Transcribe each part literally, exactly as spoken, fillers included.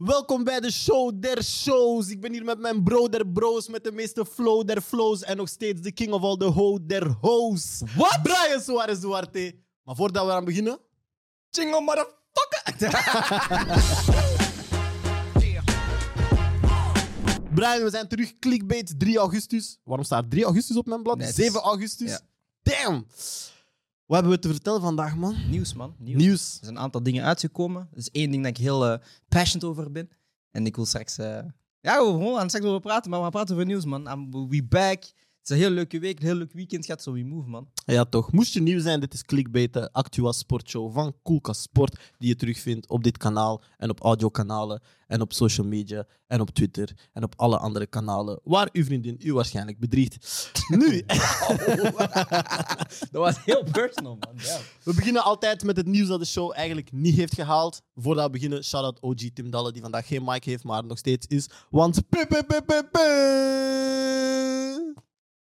Welkom bij de show der shows. Ik ben hier met mijn bro der bros, met de meeste flow der flows en nog steeds de king of all the ho der hoes. Wat? Brian Suarez Duarte. Maar voordat we aan beginnen... Jingle motherfucker! Brian, we zijn terug. Clickbait drie augustus. Waarom staat drie augustus op mijn blad? Nee, het zeven is- augustus. Ja. Damn. Wat hebben we te vertellen vandaag, man? Nieuws, man. Nieuws. Nieuws. Er zijn een aantal dingen uitgekomen. Er is één ding dat ik heel uh, passionate over ben. En ik wil straks... Uh... Ja, we gewoon aan straks over praten, maar we gaan praten over nieuws, man. I'm, we back. Het is een heel leuke week, een heel leuk weekend gaat, zo we move, man. Ja, toch. Moest je nieuw zijn, dit is Clickbait, de Actua Sportshow van Koelkast Sport, die je terugvindt op dit kanaal en op audiokanalen en op social media en op Twitter en op alle andere kanalen waar uw vriendin u waarschijnlijk bedriegt. Nu, Dat was heel personal, man. Ja. we beginnen altijd met het nieuws dat de show eigenlijk niet heeft gehaald. Voordat we beginnen, shout-out O G Tim Dalle, die vandaag geen mic heeft, maar nog steeds is. Want... pe- pe- pe- pe- pe-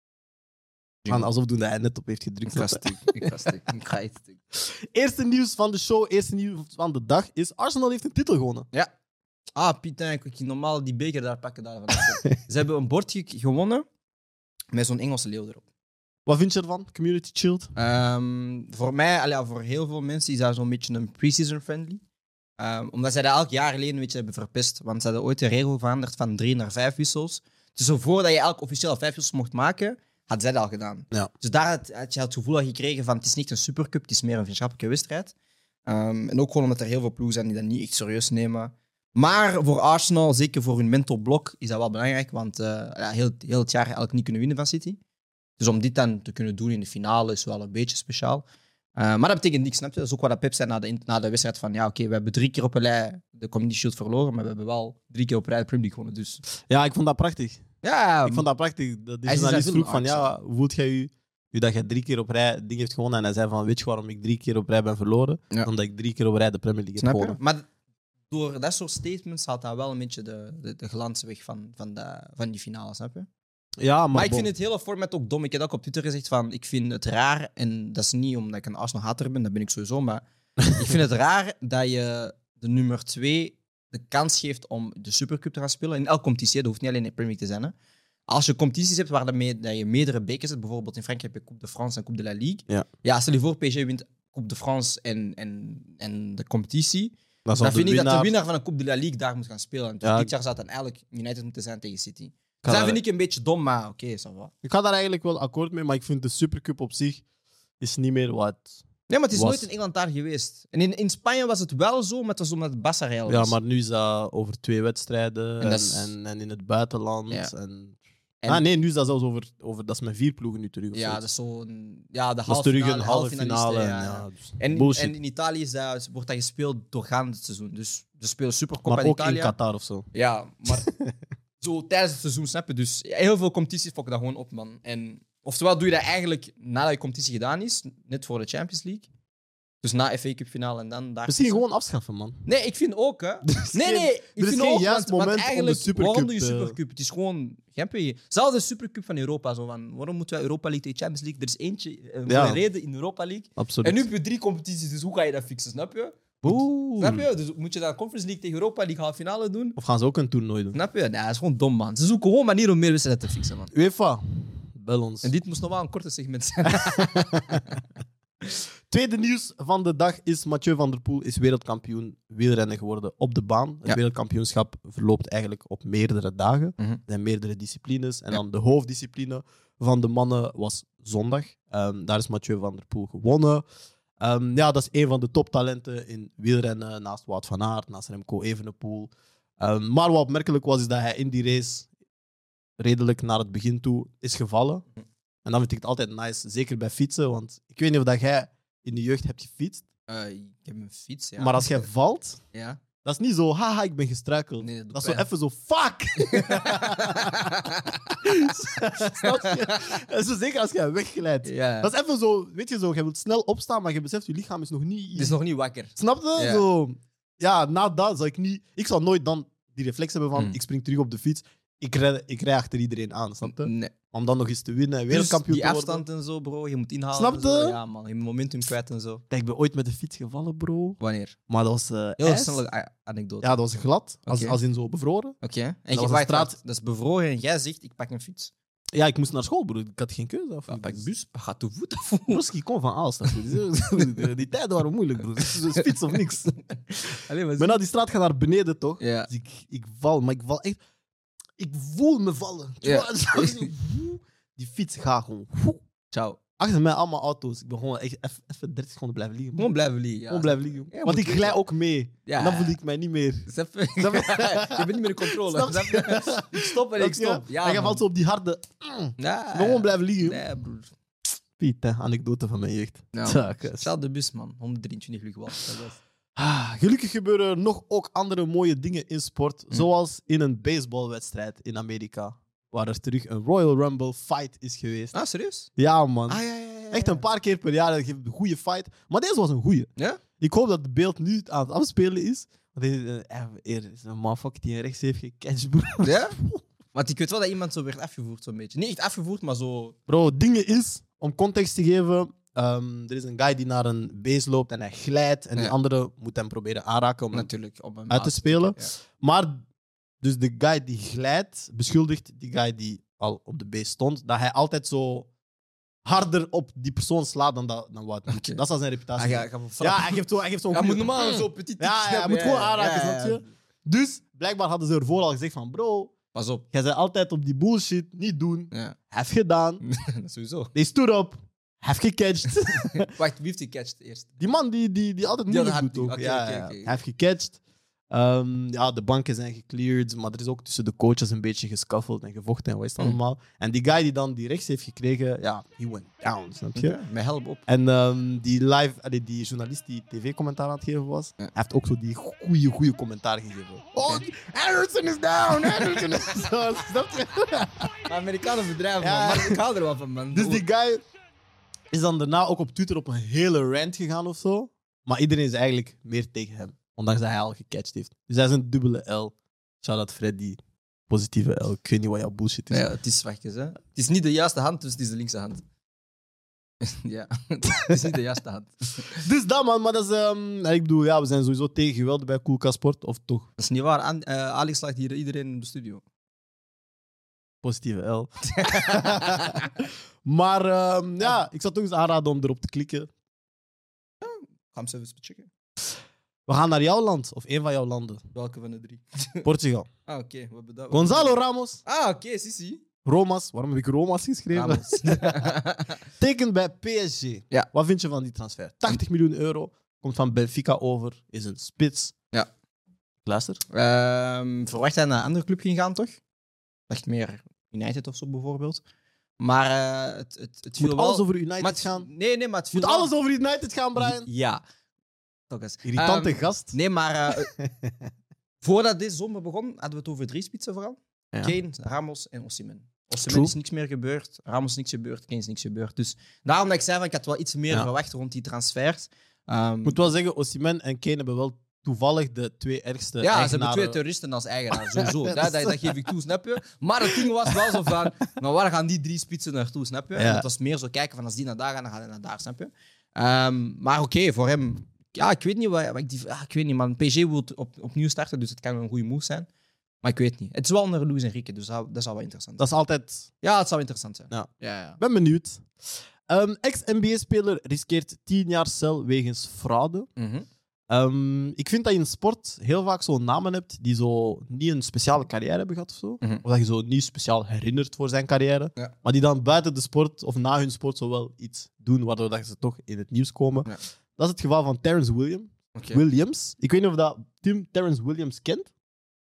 Man, alsof doen dat hij net op heeft gedrukt. Ik ga stuk, ik ga stuk, ik ga echt stuk. Eerste nieuws van de show, eerste nieuws van de dag is Arsenal heeft een titel gewonnen. Ja. Ah, Piet, ik ging normaal die beker daar pakken. Daar Ze hebben een bord ge- gewonnen met zo'n Engelse leeuw erop. Wat vind je ervan? Community Shield? Um, voor mij, allee, ja, voor heel veel mensen, is dat zo'n beetje een pre-season friendly. Um, omdat zij dat elk jaar geleden een beetje hebben verpest. Want ze hadden ooit de regel veranderd van drie naar vijf wissels. Dus zo voordat je elk officieel vijf wissels mocht maken, hadden zij dat al gedaan. Ja. Dus daar had, had je het gevoel al gekregen van het is niet een supercup, het is meer een vriendschappelijke wedstrijd. Um, en ook gewoon omdat er heel veel ploegen zijn die dat niet echt serieus nemen. Maar voor Arsenal, zeker voor hun mental blok, is dat wel belangrijk. Want uh, ja, heel, heel het jaar eigenlijk niet kunnen winnen van City. Dus om dit dan te kunnen doen in de finale is wel een beetje speciaal. Uh, maar dat betekent niks, snap je? Dat is ook wat dat Pep zei na de, na de wedstrijd van ja, oké, okay, we hebben drie keer op een rij de Community Shield verloren, maar we hebben wel drie keer op een rij de Premier League gewonnen. Dus Ja, ik vond dat prachtig. ja, Ik vond dat prachtig. De Hij is journalist zijn vroeg van, film ja, hoe voelt jij je nu dat je drie keer op rij ding heeft gewonnen? En hij zei van, weet je waarom ik drie keer op rij ben verloren? Ja. Omdat ik drie keer op rij de Premier League heb snap je? gewonnen. Maar door dat soort statements haalt dat wel een beetje de, de, de glans weg van, van, de, van die finale, snap je? Ja, maar, Maar ik bon. vind het hele format ook dom. Ik heb dat ook op Twitter gezegd van, ik vind het raar, en dat is niet omdat ik een Arsenal-hater ben, dat ben ik sowieso, maar ik vind het raar dat je de nummer twee de kans geeft om de Supercup te gaan spelen. In elke competitie, dat hoeft niet alleen in de Premier League te zijn. Hè. Als je competities hebt waar daarmee, dat je meerdere bekers hebt, bijvoorbeeld in Frankrijk heb je Coupe de France en Coupe de la Ligue. Ja. Ja, stel je voor, P S G wint Coupe de France en, en, en de competitie. Dan zal Dan de vind ik dat de winnaar- winnaar van een Coupe de la Ligue daar moet gaan spelen. Dus Ja, dit jaar zou het dan eigenlijk United moeten zijn tegen City. kan Dus dat dat- vind ik een beetje dom, maar oké, okay, ça va. Ik ga daar eigenlijk wel akkoord mee, maar ik vind de Supercup op zich is niet meer wat... Nee, maar het is Was- nooit in Engeland daar geweest. En in, in Spanje was het wel zo, maar het was omdat het Barça Real Ja, was. maar nu is dat over twee wedstrijden En en, dat is- en, en in het buitenland. Ja. En... En- Ah, nee, nu is dat zelfs over, over... Dat is met vier ploegen nu terug. of Ja, zoiets. dat is zo'n... Ja, de Dat is halve terug finale, een halve halffinalisten, finale. ja, En, ja. ja, dus En, bullshit. en in Italië is dat, wordt dat gespeeld doorgaans het seizoen. Dus ze spelen Supercoppa maar in ook Italië. in Qatar of zo. Ja, maar zo tijdens het seizoen, snap je? Dus heel veel competities fokken dat gewoon op, man. En oftewel doe je dat eigenlijk nadat je competitie gedaan is, net voor de Champions League. Dus na F A Cup finale en dan daar. Misschien gewoon afschaffen, man. Nee, ik vind ook, hè. Nee, geen- nee, ik er is vind geen ook, juist want, moment want om de eigenlijk, Supercup, waarom doe je eh, Supercup? Het is gewoon, geen zelfs de Supercup van Europa, zo van, waarom moeten wij Europa League tegen Champions League? Er is eentje, eh, voor Ja. een reden in Europa League. Absoluut. En nu heb je drie competities, dus hoe ga je dat fixen, snap je? Oeh. Snap je? Dus moet je dan Conference League tegen Europa League halve finale doen? Of gaan ze ook een toernooi doen? Snap je? Nee, dat is gewoon dom, man. Ze zoeken gewoon manieren om meer wedstrijden te fixen, man. UEFA, bel ons. En dit moest nog wel een korte segment zijn. Tweede nieuws van de dag is Mathieu van der Poel is wereldkampioen wielrennen geworden op de baan. Het Ja. wereldkampioenschap verloopt eigenlijk op meerdere dagen. Mhm. Er zijn meerdere disciplines. En Ja. dan de hoofddiscipline van de mannen was zondag. Ehm, daar is Mathieu van der Poel gewonnen. Ehm, ja, dat is een van de toptalenten in wielrennen, naast Wout van Aert, naast Remco Evenepoel. Ehm, maar wat opmerkelijk was, is dat hij in die race redelijk naar het begin toe is gevallen. En dan vind ik het altijd nice, zeker bij fietsen, want ik weet niet of dat jij in de jeugd hebt gefietst, Uh, ik heb een fiets, ja. maar als jij valt, Ja. dat is niet zo, haha, ik ben gestruikeld. Nee, dat doet dat is zo pijn. even zo, fuck! Snap je? Dat is zo zeker als jij wegglijdt. Ja. Dat is even zo, weet je zo, je wilt snel opstaan, maar je beseft, je lichaam is nog niet... Het is nog niet wakker. Snap je? Ja. Zo, ja, na dat zou ik niet... Ik zou nooit dan die reflex hebben van, Hmm. ik spring terug op de fiets. ik rij, ik rij achter iedereen aan, snap je? Nee. Om dan nog eens te winnen en Dus wereldkampioen die te worden. afstand en zo, bro. Je moet inhalen. Snap en zo. je? Ja, man. Je moet momentum kwijt en zo. Kijk, ik ben ooit met de fiets gevallen, bro. Wanneer? Maar dat was eh Heel ijs. snelle a- anekdote. Ja, dat was glad. Als, Oké. als in zo bevroren. Oké. En was je een wacht, straat- wacht. Dat is bevroren en jij zegt, ik pak een fiets. Ja, ik moest naar school, bro. Ik had geen keuze. Of Ja, pak dus- bus, ga te voet af. Broski, ik kom van Aalstad. bro. Die tijden waren moeilijk, bro. Dus fiets of niks. Allee, maar Maar nou, die straat gaat naar beneden, toch? Ja. Dus ik, ik val, maar ik val echt... Ik voel me vallen. Ja. Die fiets gaat gewoon... Ciao. Achter mij allemaal auto's. Ik ben gewoon echt eff- even dertig seconden blijven liggen. Gewoon blijven liggen. Ja. Gewoon blijven liggen. Ja, Want moet ik glij ook mee. Ja. En dan voel ik mij niet meer. Snap je? Snap je? Je bent niet meer in controle. Snap Snap je? je? Ik stop en ik Snap je? stop. Ja, en je man. valt zo op die harde... Ja, Ik ben gewoon blijven liggen. Nee, broer. Piet, hè. Anekdote van mijn jeugd. Ja, Tja, kus. Stel de bus, man. honderddrieëntwintig luchtwacht. Dat was- Ah, gelukkig gebeuren er nog ook andere mooie dingen in sport. Hm. Zoals in een baseballwedstrijd in Amerika. Waar er terug een Royal Rumble fight is geweest. Ah, serieus? Ja, man. Ah, ja, ja, ja, ja. Echt een paar keer per jaar geeft een goede fight. Maar deze was een goede. Ja? Ik hoop dat het beeld nu aan het afspelen is. Want deze, eh, er is een motherfucker die een rechts heeft gecatcht, bro. Ja? Want ik weet wel dat iemand zo werd afgevoerd, zo'n beetje. Niet echt afgevoerd, maar zo... Bro, het ding is, om context te geven... ehm, er is een guy die naar een base loopt en hij glijdt. En die Ja. andere moet hem proberen aanraken om hem Natuurlijk. Op een uit te baas spelen. trekken, Maar dus de guy die glijdt, beschuldigt die guy die al op de base stond, dat hij altijd zo harder op die persoon slaat dan, dat, dan wat. Oké. Dat is al zijn Ja. reputatie. Ah, ga, ga, Ja, hij geeft zo, hij geeft zo'n Hij moet goeie- normaal zo petit Ja, ja, hij moet gewoon aanraken, snap je? Dus blijkbaar hadden ze ervoor al gezegd van bro, Pas op. jij bent altijd op die bullshit, niet doen. Ja. Hij heeft gedaan. Sowieso. They stood up. Hij heeft gecatcht. Wacht, wie heeft die catcht eerst? Die man die, die, die altijd Die moeilijk had- doet ook. oké, ja, oké, ja. oké. Hij heeft gecatcht. Ehm, ja, de banken zijn gecleared, maar er is ook tussen de coaches een beetje gescuffeld en gevochten en wat is het Mm. allemaal. En die guy die dan die rechts heeft gekregen, ja, he went down, snap je? Oké, Met help op. En ehm, die live, allee, die journalist die tv-commentaar aan het geven was, Ja. hij heeft ook zo die goede, goede commentaar gegeven. Oh, Anderson is down, Anderson is down, snap je? Amerikanen bedrijven, Ja. man. Maar ik hou er wel van, man. Dus die guy is dan daarna ook op Twitter op een hele rant gegaan of zo. Maar iedereen is eigenlijk meer tegen hem. Ondanks dat hij al gecatcht heeft. Dus hij is een dubbele L. Shout-out Freddy. Positieve L. Ik weet niet wat jouw bullshit is. Ja, het is zwakjes, hè. Het is niet de juiste hand, dus het is de linkse hand. Ja, het is niet de juiste hand. Dus dat, man. Maar dat is... ehm, ik bedoel, ja, we zijn sowieso tegen geweld bij Koelkast Sport. Of toch Dat is niet waar. An- eh, Alex slaagt hier iedereen in de studio. positieve L. Maar ehm, ja, ik zou toch eens aanraden om erop te klikken. Ga hem zelf eens checken. We gaan naar jouw land. Of een van jouw landen. Welke van de drie? Portugal. Ah, oké. Wat bedankt. Gonzalo Ramos. Ah, oké, Sissi. Romas. Waarom heb ik Romas geschreven? Ramos. Tekent bij P S G. Ja. Wat vind je van die transfer? tachtig miljoen euro. Komt van Benfica over. Is een spits. Ja. Luister. Ehm, verwacht hij naar een andere club ging gaan, toch? Dacht meer United of zo, bijvoorbeeld. Maar eh, het, het, het viel Moet wel... alles over United maar het- gaan? Nee, nee, maar het viel Moet wel- alles over United gaan, Brian? Ja. Toch eens. Irritante Ehm, gast. Nee, maar eh, voordat deze zomer begon, hadden we het over drie spitsen vooral. Ja. Kane, Ramos en Osimhen. Osimhen True. is niks meer gebeurd, Ramos is niks gebeurd, Kane is niks gebeurd. Dus daarom dat ik zei, van, ik had wel iets meer Ja. verwacht rond die transfers. Ehm, Ik moet wel zeggen, Osimhen en Kane hebben wel toevallig de twee ergste ja, ze hebben eigenaren. twee terroristen als eigenaar, sowieso. Dat dat, is- dat, dat geef ik toe, snap je? Maar het ding was wel zo van, maar waar gaan die drie spitsen naartoe, snap je? Ja. Het was meer zo kijken van, als die naar daar gaan, dan gaat hij naar daar, snap je? Ehm, maar oké, voor hem... Ja, ik weet niet wat, wat ik... Die, ah, ik weet niet, man. P S G wil op, opnieuw starten, dus het kan een goede move zijn. Maar ik weet niet. Het is wel onder Luis Enrique, dus dat, dat zal wel interessant Dat zijn. is altijd... Ja, het zou interessant zijn. Ja. Ja, ja. Ben benieuwd. Ehm, Ex-N B A-speler riskeert tien jaar cel wegens fraude. Mhm. Ehm, ik vind dat je in sport heel vaak zo'n namen hebt die zo niet een speciale carrière hebben gehad of zo. Mhm. Of dat je zo niet speciaal herinnert voor zijn carrière. Ja. Maar die dan buiten de sport of na hun sport zo wel iets doen, waardoor dat ze toch in het nieuws komen. Ja. Dat is het geval van Terrence William, Oké. Williams. Ik weet niet of dat Tim Terrence Williams kent.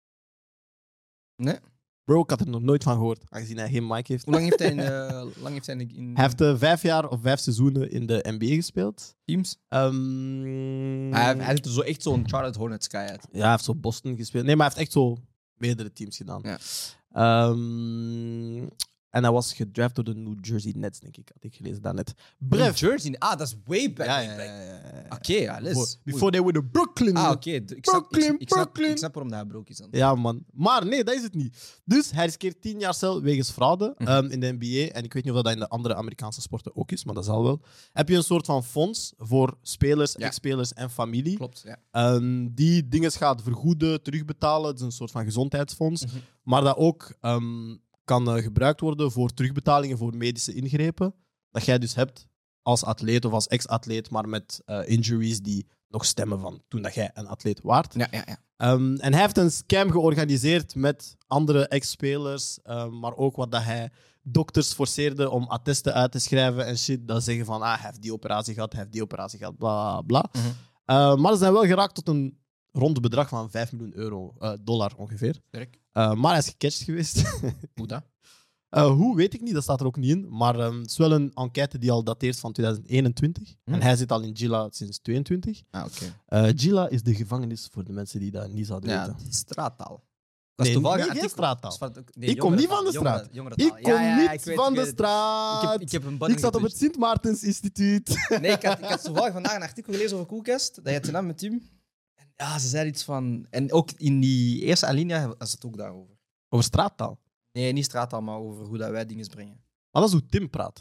Nee. Bro, ik had er nog nooit van gehoord, aangezien hij geen mic heeft. Hoe lang heeft hij in, eh, lang heeft hij in, in Hij heeft eh, vijf jaar of vijf seizoenen in de N B A gespeeld. teams? Ehm, Hij, hij heeft er zo echt zo'n Charlotte Hornets guy uit. Ja, hij heeft zo Boston gespeeld. Nee, maar hij heeft echt zo meerdere teams gedaan. Ja. Ehm, En hij was gedraft door de New Jersey Nets, denk ik. Had ik gelezen daarnet. Bref. New Jersey. Ah, dat is way back. Ja, way ja, back. ja, ja, ja. Oké, okay, ja, les. Before, before they were the Brooklyn. Ah, oké. Okay. Ik, snap- Brooklyn, ik, ik, snap- Brooklyn. ik snap waarom dat broke is dan. Ja, man. Maar nee, dat is het niet. Dus hij riskeert tien jaar cel wegens fraude Mhm. um, in de N B A. En ik weet niet of dat in de andere Amerikaanse sporten ook is, maar dat zal wel. Heb je een soort van fonds voor spelers, Ja. ex-spelers en familie. Klopt, ja. Um, die dingen gaat vergoeden, terugbetalen. Het is een soort van gezondheidsfonds. Mhm. Maar dat ook um, kan uh, gebruikt worden voor terugbetalingen voor medische ingrepen. Dat jij dus hebt als atleet of als ex-atleet, maar met uh, injuries die nog stemmen van toen dat jij een atleet waart. Ja, ja, ja. Um, en hij heeft een scam georganiseerd met andere ex-spelers, um, maar ook wat dat hij dokters forceerde om attesten uit te schrijven en shit. Dat zeggen van, ah, hij heeft die operatie gehad, hij heeft die operatie gehad, bla bla. Mhm. Uh, maar ze zijn wel geraakt tot een rond bedrag van vijf miljoen euro, uh, dollar ongeveer. Sterk. Uh, maar hij is gecatcht geweest. Hoe dat? Uh, hoe, weet ik niet, dat staat er ook niet in. Maar um, het is wel een enquête die al dateert van twintig eenentwintig. Hm. En hij zit al in Gila sinds tweeëntwintig. Ah, oké. Uh, Gila is de gevangenis voor de mensen die dat niet zouden Ja, weten. het is straattaal. Dat Nee, toevallig nee, een geen artikel- straattaal. dat is van- nee, Ik kom niet van de jongerentaal, straat. jongerentaal. Ik kom Ja, ja, ja, niet ik weet- van ik de weet het. straat. Ik heb, ik heb een Ik budding zat op het gedoucht. Sint Maartens Instituut. Nee, ik had, ik had toevallig vandaag een artikel gelezen over Coolcast. Dat je het gedaan met Tim. En ja, ze zei iets van... En ook in die eerste alinea was het ook daarover. Over straattaal. Nee, niet straattaal, maar over hoe dat wij dingen brengen. Maar dat is hoe Tim praat.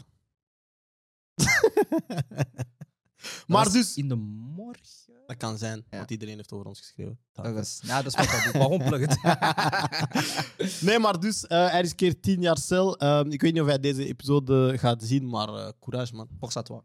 Dat maar was dus... In de morgen... Dat kan zijn, Ja. want iedereen heeft over ons geschreven. Dat was, ja, dat is wat dat doet. Waarom plug het? Nee, maar dus, uh, hij riskeert tien jaar cel. Um, ik weet niet of hij deze episode gaat zien, maar uh, courage, man. Forza toi.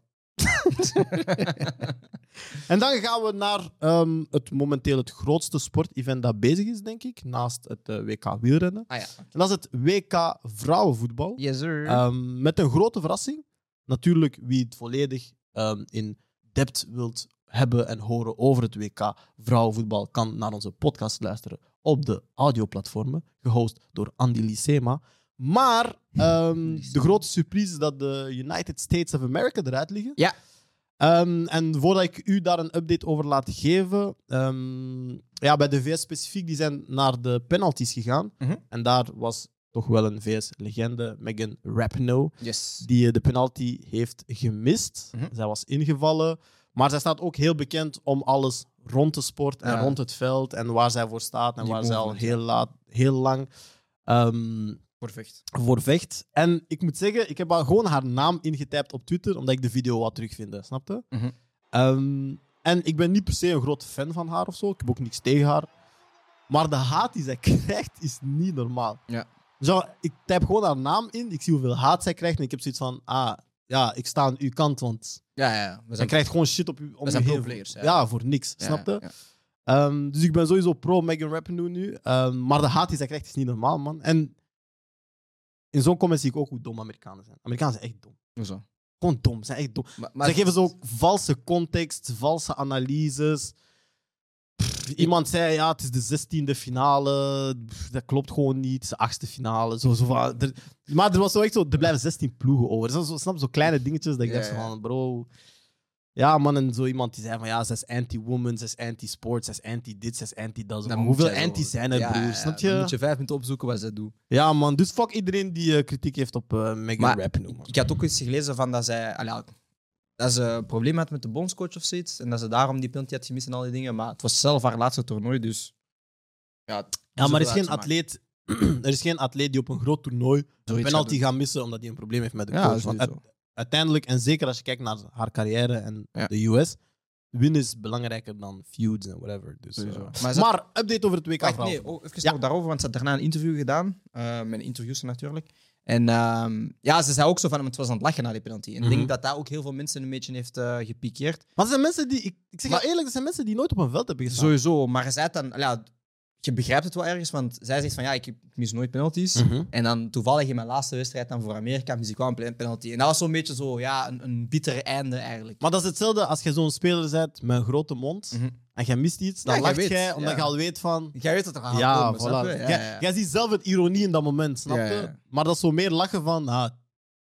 En dan gaan we naar um, het momenteel het grootste sportevent dat bezig is, denk ik, naast het uh, W K wielrennen. Ah ja. En dat is het W K vrouwenvoetbal. Yes, sir. Um, met een grote verrassing. Natuurlijk, wie het volledig um, in depth wilt hebben en horen over het W K vrouwenvoetbal, kan naar onze podcast luisteren op de audioplatformen, gehost door Andy Licema. Maar um, de grote surprise is dat de United States of America eruit liggen. Ja. Um, en voordat ik u daar een update over laat geven, um, ja, bij de V S specifiek, die zijn naar de penalties gegaan. Mhm. En daar was toch wel een V S-legende, Megan Rapinoe, Yes. die de penalty heeft gemist. Mhm. Zij was ingevallen. Maar zij staat ook heel bekend om alles rond de sport en Ja. rond het veld en waar zij voor staat en Die waar zij al movement, heel, laat, heel lang um, Perfect. voor vecht. En ik moet zeggen, ik heb al gewoon haar naam ingetypt op Twitter, omdat ik de video wat terugvind, snap je? Mhm. Um, en ik ben niet per se een groot fan van haar of zo. Ik heb ook niks tegen haar. Maar de haat die zij krijgt, is niet normaal. Ja. Zo, ik typ gewoon haar naam in, ik zie hoeveel haat zij krijgt en ik heb zoiets van, ah, ja, ik sta aan uw kant, want Ja, ja. We zij zijn, krijgt gewoon shit op u, om we zijn u heen. pro-players. Ja. Ja, voor niks, Ja, snap je? ja. Um, dus ik ben sowieso pro Megan Rapinoe nu. Um, maar de haat die zij krijgt is niet normaal, man. En in zo'n comment zie ik ook hoe dom Amerikanen zijn. Amerikanen zijn echt dom. Hoezo? Gewoon dom, ze zijn echt dom. Maar, maar Ze geven zo valse context, valse analyses. Pff, iemand zei, ja, het is de zestiende finale. Pff, dat klopt gewoon niet. Het is de achtste finale. Zo, zo van, er, maar er was zo echt zo, er blijven zestien ploegen over. Zo, zo, snap je, zo kleine dingetjes dat ik Ja, dacht ja. van, bro... Ja, man, en zo iemand die zei van, ja, ze is anti-woman, ze is anti-sport, ze is anti-dit, ze is anti-dat. Zo Dan van, moet hoeveel jij zo- anti's zijn er, Ja, broer? ja, ja. Snap Dan je? moet je vijf minuten opzoeken wat ze doen. Ja, man. Dus fuck iedereen die uh, kritiek heeft op uh, Megan Maar Rapinoe, man. Ik had ook eens gelezen van dat zij... allee, ja, dat ze een probleem had met de bondscoach of zoiets. En dat ze daarom die penalty had gemist en al die dingen. Maar het was zelf haar laatste toernooi, dus... Ja, Ja, maar er is, geen zoveel atleet, er is geen atleet die op een groot toernooi een Zoiets penalty gaat gaat missen omdat hij een probleem heeft met de Ja, coach. Want sowieso. u- uiteindelijk, en zeker als je kijkt naar haar carrière en Ja. de U S, winnen is belangrijker dan feuds en whatever. Dus, Sowieso. uh, Maar maar, ze had- update over het W K Wacht, vrouwen. nee, oh, even Ja. nog daarover, want ze had daarna een interview gedaan. eh, met een interviewster natuurlijk. En ehm, ja, ze zei ook zo van, het was aan het lachen na die penalty. En ik Mhm. denk dat dat ook heel veel mensen een beetje heeft eh gepikeerd. Maar er zijn mensen die, ik, ik zeg Maar- jou eerlijk, er zijn mensen die nooit op een veld hebben gestaan. Sowieso, maar je zei het dan, ja, je begrijpt het wel ergens, want zij zegt van, ja, ik mis nooit penalties. Mhm. En dan toevallig in mijn laatste wedstrijd dan voor Amerika mis ik wel een penalty. En dat was zo'n beetje zo, ja, een, een bitter einde eigenlijk. Maar dat is hetzelfde als je zo'n speler bent met een grote mond Mhm. en je mist iets, dan Ja, jij lacht weet, jij omdat ja. je al weet van... Jij weet dat er gaat Ja, komen, snap voilà. je? Ja, Jij, ja, ja. jij ziet zelf het ironie in dat moment, snap Ja, je? ja, ja. Maar dat is zo meer lachen van, ah,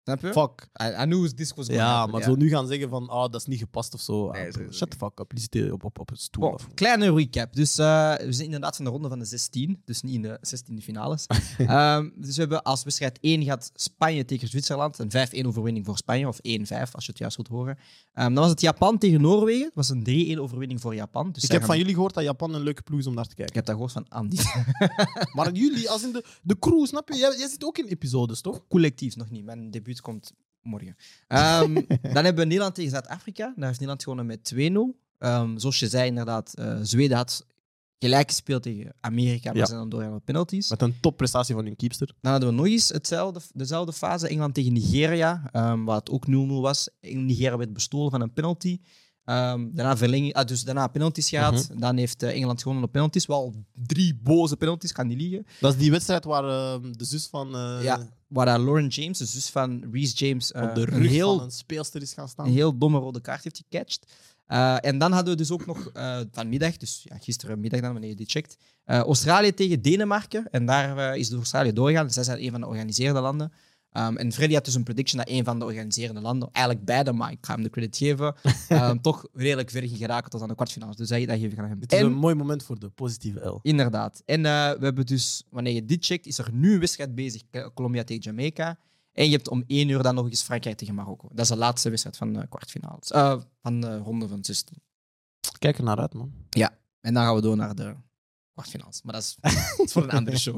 Snap je? Fuck. I, I knew this was going to Ja, happen, maar ja. zo nu gaan zeggen van, ah, dat is niet gepast of zo. Ah, Nee, bro, sowieso shut the fuck up. Je zit hier op, op, op een stoel. Bon, af. kleine recap. Dus uh, we zijn inderdaad van de ronde van de zestien. Dus niet in de zestiende finales. um, dus we hebben als wedstrijd één gehad Spanje tegen Zwitserland. Een vijf-één overwinning voor Spanje. Of één-vijf, als je het juist wilt horen. Um, dan was het Japan tegen Noorwegen. Het was een drie-één overwinning voor Japan. Dus Ik zij heb gaan- van jullie gehoord dat Japan een leuke ploeg is om naar te Ik kijken. heb dat gehoord van Andy. Maar jullie, als in de, de crew, snap je? Jij, jij zit ook in episodes, toch? Collectief nog niet. Mijn debuut komt morgen. Um, dan hebben we Nederland tegen Zuid-Afrika. Daar heeft Nederland gewonnen met twee nul. Um, zoals je zei, inderdaad, uh, Zweden had gelijk gespeeld tegen Amerika, maar Ja. zijn dan doorgaan op penalties. Met een topprestatie van hun keepster. Dan hadden we nog eens hetzelfde, dezelfde fase. Engeland tegen Nigeria, um, waar het ook nul nul was. Nigeria werd bestolen van een penalty. Um, daarna, verlenging, ah, dus daarna penalties gehad. Mhm. Dan heeft uh, Engeland gewonnen op penalties. Wel drie boze penalties, kan niet liegen. Dat is die wedstrijd waar uh, de zus van uh, Ja, waar uh, Lauren James, de zus van Reece James, uh, op de een, rug heel, van een speelster is gaan staan. een heel domme rode kaart heeft gecatcht. Uh, en dan hadden we dus ook nog uh, vanmiddag, dus ja, gisterenmiddag dan, wanneer je dit checkt, uh, Australië tegen Denemarken. En daar uh, is de Australië doorgegaan. Zij zijn een van de organiserende landen. Um, en Freddy had dus een prediction dat een van de organiserende landen, eigenlijk beide, maar ik ga hem de credit geven, um, toch redelijk ver ging geraken tot aan de kwartfinals. Dus dat, dat geef ik aan hem. Het is En- een mooi moment voor de positieve L. Inderdaad. En uh, we hebben dus, wanneer je dit checkt, is er nu een wedstrijd bezig. Colombia tegen Jamaica. En je hebt om één uur dan nog eens Frankrijk tegen Marokko. Dat is de laatste wedstrijd van de kwartfinales. Uh, van de ronde van zestien. Kijk er naar uit, man. En dan gaan we door naar de kwartfinales. Maar dat is, dat is voor een andere show.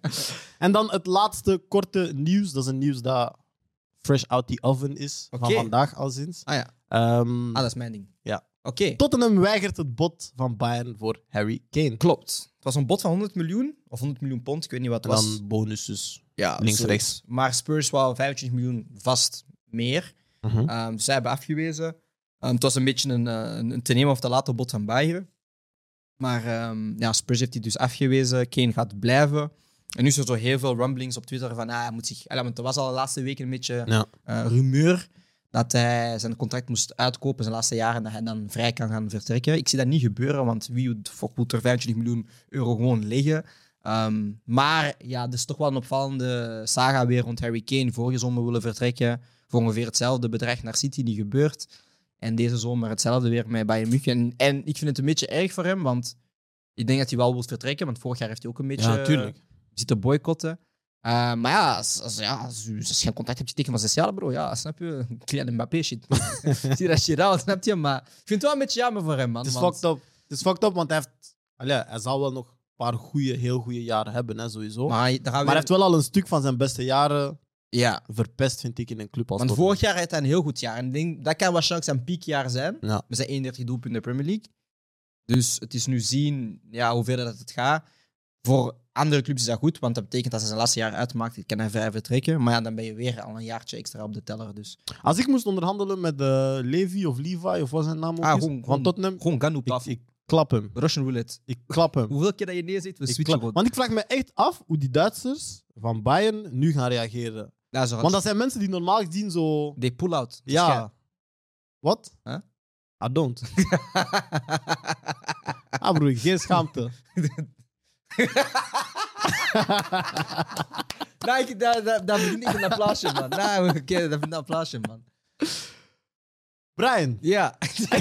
En dan het laatste korte nieuws. Dat is een nieuws dat fresh out the oven is. Van Oké. vandaag al sinds. Ah ja, Ehm, ah, dat is mijn ding. Ja. Oké, Tottenham weigert het bod van Bayern voor Harry Kane. klopt. Het was een bod van honderd miljoen. Of honderd miljoen pond, ik weet niet wat En het was. dan bonussen. Ja, links, zoiets. rechts. Maar Spurs wou vijfentwintig miljoen vast meer. Mhm. Um, dus zij hebben afgewezen. Um, het was een beetje een, eh, een, een te nemen of te laten bod van Bayern. Maar um, ja, Spurs heeft die dus afgewezen. Kane gaat blijven. En nu is er zo heel veel rumblings op Twitter van ah, hij moet zich... Ah, want er was al de laatste weken een beetje Ja. uh, rumeur dat hij zijn contract moest uitkopen zijn laatste jaren en dat hij dan vrij kan gaan vertrekken. Ik zie dat niet gebeuren, want wie de fuck moet er vijfentwintig miljoen euro gewoon liggen? Um, maar ja, dat is toch wel een opvallende saga weer rond Harry Kane. Vorige zomer willen vertrekken voor ongeveer hetzelfde bedrag naar City, niet gebeurd. En deze zomer hetzelfde weer met Bayern München. En, en ik vind het een beetje erg voor hem, want ik denk dat hij wel wil vertrekken, want vorig jaar heeft hij ook een beetje Ja, tuurlijk. zitten boycotten. Uh, maar ja, als, als, ja als, je, als je een contract hebt getekend van zes jaar, bro, ja, snap je? Kylian Mbappé shit. Zie dat shit out, snap je? Maar ik vind het wel een beetje jammer voor hem, man. Het is want- fucked up. Het is fucked up, want hij heeft... Allee, hij zal wel nog een paar goede, heel goede jaren hebben, hè, sowieso. Maar, Maar, hij- daar gaan we hij heeft wel al een stuk van zijn beste jaren Ja, verpest, vind ik, in een club als want Tottenham. vorig jaar had hij een heel goed jaar. En ik denk, dat kan waarschijnlijk zijn piekjaar zijn. Ja. Met zijn eenendertig doelpunten in de Premier League. Dus het is nu zien ja, hoe ver dat het gaat. Voor andere clubs is dat goed, want dat betekent dat hij zijn laatste jaar uitmaakt, kan hij vrij vertrekken. Maar ja, dan ben je weer al een jaartje extra op de teller. Dus. Als ik moest onderhandelen met uh, Levi of Levi, of wat zijn naam ook Ah, is, gewoon- van gewoon- Tottenham, Gewoon gaan op ik, tafel. ik klap hem. Russian roulette. Ik klap hem. Hoeveel keer dat je neerzet, we Ik switchen klap- gewoon. Want ik vraag me echt af hoe die Duitsers van Bayern nu gaan reageren. Ja, zo Want dat zijn mensen die normaal gezien zo... They pull out. Ja. Wat? Huh? I don't. Ah broer, geen schaamte. Nee, ik, dat, dat, dat verdient ik een applausje, man. Nee, oké, dat verdient een applausje, man. Brian, Ja.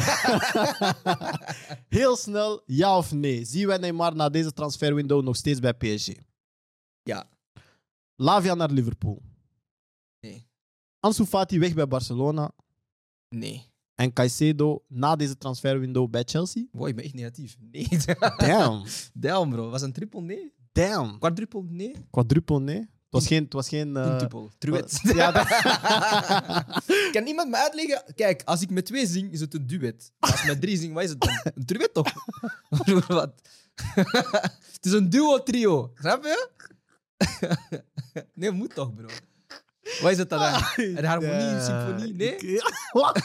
heel snel, ja of nee? Zien wij Neymar na deze transferwindow nog steeds bij P S G? Ja. Lavia naar Liverpool. Nee. Ansu Fati weg bij Barcelona. Nee. En Caicedo na deze transferwindow bij Chelsea. Wow, ik ben echt negatief. Nee. Damn. Damn, bro. Was een triple? Nee. Damn. Quadruple? Nee. Quadruple, nee. Het was geen... Het was geen uh, Quintuple. Truet. ja, dat... Kan iemand me uitleggen? Kijk, als ik met twee zing, is het een duet. Als ik met drie zing, wat is het dan? Een truet toch? Wat? Het is een duo-trio. Snap je? Nee, moet toch, bro. Wat is het dan? Een harmonie, een symfonie? Nee? Ik- Wat?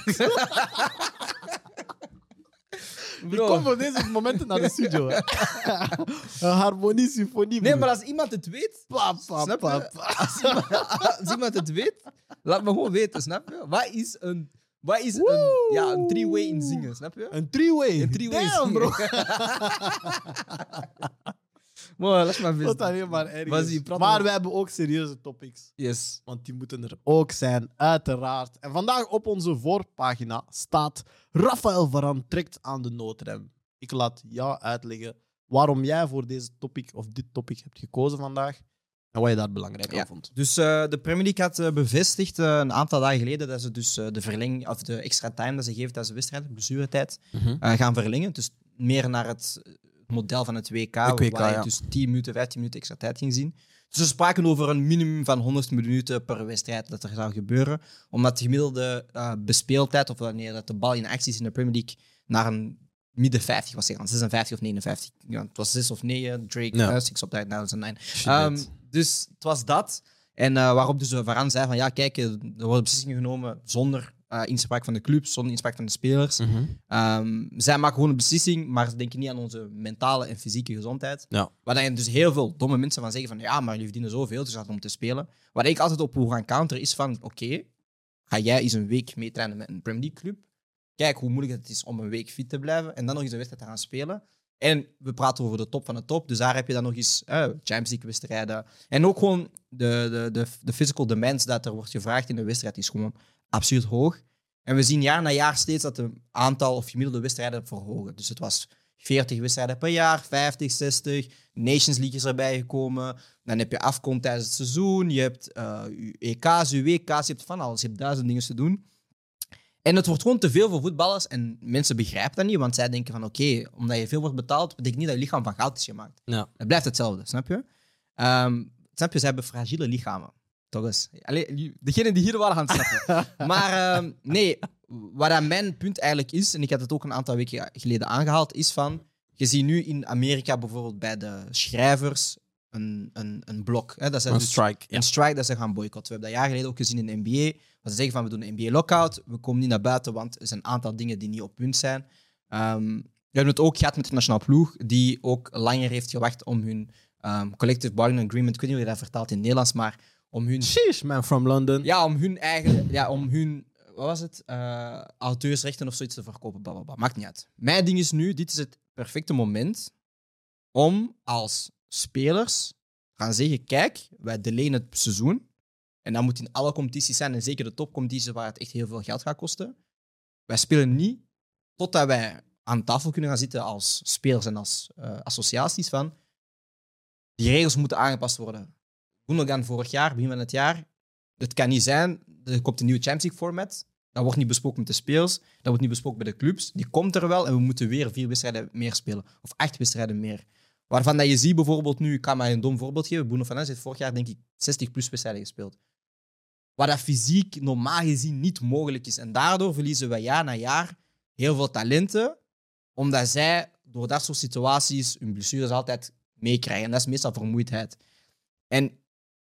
Ik Bro. kom voor deze momenten naar de studio. hè. Een harmonie, symfonie. Nee, broer. maar als iemand het weet... Pa, pa, Snap pa, je? pa. Als iemand, als iemand het weet, laat me gewoon weten, snap je? Wat is een... Wat is een, ja, een three-way in zingen, snap je? Een three-way. Een three-way Damn, zingen. bro. Maar laat maar Wat alleen maar erg is. Maar we hebben ook serieuze topics. Yes. Want die moeten er ook zijn, uiteraard. En vandaag op onze voorpagina staat... Rafael Varane trekt aan de noodrem. Ik laat jou uitleggen waarom jij voor deze topic of dit topic hebt gekozen vandaag. En wat je daar belangrijk ja. aan vond. Dus uh, de Premier League had uh, bevestigd uh, een aantal dagen geleden dat ze dus uh, de verlenging of de extra time dat ze geven tijdens de wedstrijd, de blessuretijd, Mm-hmm. uh, gaan verlengen. Dus meer naar het model van het W K, W K waar je ja. dus tien minuten, vijftien minuten extra tijd ging zien. Dus we spraken over een minimum van honderd minuten per wedstrijd dat er zou gebeuren. Omdat de gemiddelde uh, bespeeltijd, of wanneer dat de bal in actie is in de Premier League, naar een midden vijftig was, zeggen, zesenvijftig of negenenvijftig. Ja, het was zes of negen, Drake, ja. uh, six op that, now it's a nine. Um, dus het was dat. En uh, waarop dus Varane zei van, ja, kijk, er worden beslissingen genomen zonder uh, inspraak van de clubs, zonder inspraak van de spelers. Mm-hmm. Um, zij maken gewoon een beslissing, maar ze denken niet aan onze mentale en fysieke gezondheid. Ja. Waar je dus heel veel domme mensen van zeggen van, ja, maar jullie verdienen zoveel, dus dat om te spelen. Waar ik altijd op wil gaan counteren is van, oké, okay, ga jij eens een week meetrainen met een Premier League club? Kijk hoe moeilijk het is om een week fit te blijven en dan nog eens een wedstrijd te gaan spelen. En we praten over de top van de top, dus daar heb je dan nog eens uh, Champions League-wedstrijden. En ook gewoon de, de, de, de physical demands dat er wordt gevraagd in de wedstrijd is gewoon absurd hoog. En we zien jaar na jaar steeds dat het aantal of gemiddelde wedstrijden verhogen. Dus het was veertig wedstrijden per jaar, vijftig, zestig. Nations League is erbij gekomen. Dan heb je afkomst tijdens het seizoen. Je hebt uh, je E K's, je W K's, je hebt van alles. Je hebt duizend dingen te doen. En het wordt gewoon te veel voor voetballers en mensen begrijpen dat niet, want zij denken van oké, okay, omdat je veel wordt betaald, betekent niet dat je lichaam van goud is gemaakt. Ja. Het blijft hetzelfde, snap je? Um, snap je, ze hebben fragiele lichamen. Toch eens. Allee, degenen die hier waren gaan snappen. Maar um, nee, wat mijn punt eigenlijk is, en ik had het ook een aantal weken geleden aangehaald, is van, je ziet nu in Amerika bijvoorbeeld bij de schrijvers een, een, een blok. Hè, dat een dus strike. Een ja. strike dat ze gaan boycotten. We hebben dat jaar geleden ook gezien in de N B A. Dat ze zeggen van, we doen een N B A-lockout, we komen niet naar buiten, want er zijn een aantal dingen die niet op punt zijn. Um, we hebben het ook gehad met de nationale ploeg, die ook langer heeft gewacht om hun um, collective bargaining agreement, ik weet niet hoe je dat vertaalt in het Nederlands, maar om hun... Sheesh, man from London. Ja, om hun eigen... Ja, om hun... Wat was het? Uh, auteursrechten of zoiets te verkopen, blablabla. Maakt niet uit. Mijn ding is nu, dit is het perfecte moment om als spelers gaan zeggen, kijk, wij delayen het seizoen. En dat moet in alle competities zijn, en zeker de topcompetities waar het echt heel veel geld gaat kosten. Wij spelen niet totdat wij aan tafel kunnen gaan zitten als spelers en als uh, associaties van die regels moeten aangepast worden. Gundogan vorig jaar, begin van het jaar. Het kan niet zijn, er komt een nieuwe Champions League format. Dat wordt niet besproken met de spelers, dat wordt niet besproken bij de clubs. Die komt er wel en we moeten weer vier wedstrijden meer spelen. Of acht wedstrijden meer. Waarvan dat je ziet bijvoorbeeld nu, ik kan maar een dom voorbeeld geven, Bruno Fernandes heeft vorig jaar denk ik zestig plus wedstrijden gespeeld. Waar dat fysiek normaal gezien niet mogelijk is. En daardoor verliezen we jaar na jaar heel veel talenten, omdat zij door dat soort situaties hun blessures altijd meekrijgen. En dat is meestal vermoeidheid. En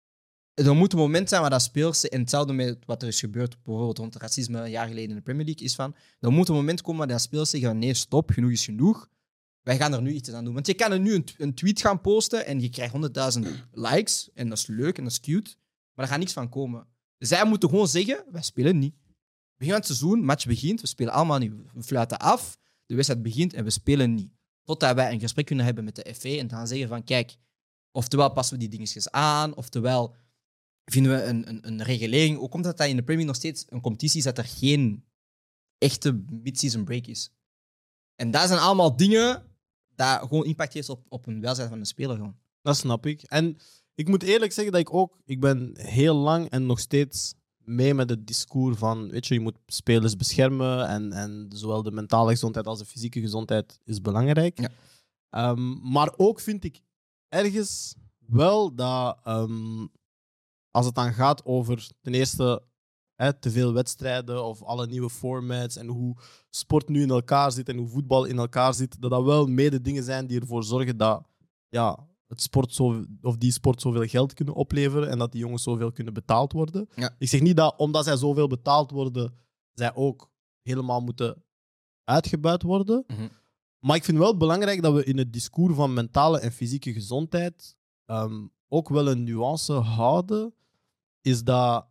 er moet een moment zijn waar dat spelers, en hetzelfde met wat er is gebeurd bijvoorbeeld rond racisme een jaar geleden in de Premier League, is van, er moet een moment komen waar dat spelers zeggen, nee, stop, genoeg is genoeg. Wij gaan er nu iets aan doen. Want je kan er nu een, een tweet gaan posten en je krijgt honderdduizend likes. En dat is leuk en dat is cute. Maar er gaat niks van komen. Zij moeten gewoon zeggen, wij spelen niet. Begin van het seizoen, match begint, we spelen allemaal niet. We fluiten af, de wedstrijd begint en we spelen niet. Totdat wij een gesprek kunnen hebben met de F A en gaan zeggen van, kijk, oftewel passen we die dingetjes aan, oftewel vinden we een, een, een regulering. Hoe komt het dat in de Premier League nog steeds een competitie is dat er geen echte mid-season break is? En dat zijn allemaal dingen dat gewoon impact heeft op, op een welzijn van de speler. Gewoon. Dat snap ik. En ik moet eerlijk zeggen dat ik ook... Ik ben heel lang en nog steeds mee met het discours van... Weet je, je moet spelers beschermen. En, en zowel de mentale gezondheid als de fysieke gezondheid is belangrijk. Ja. Um, maar ook vind ik ergens wel dat... Um, als het dan gaat over ten eerste... Hè, te veel wedstrijden of alle nieuwe formats en hoe sport nu in elkaar zit en hoe voetbal in elkaar zit, dat dat wel mede dingen zijn die ervoor zorgen dat ja, het sport zo, of die sport zoveel geld kunnen opleveren en dat die jongens zoveel kunnen betaald worden. Ja. Ik zeg niet dat omdat zij zoveel betaald worden, zij ook helemaal moeten uitgebuit worden. Mm-hmm. Maar ik vind wel belangrijk dat we in het discours van mentale en fysieke gezondheid um, ook wel een nuance houden, is dat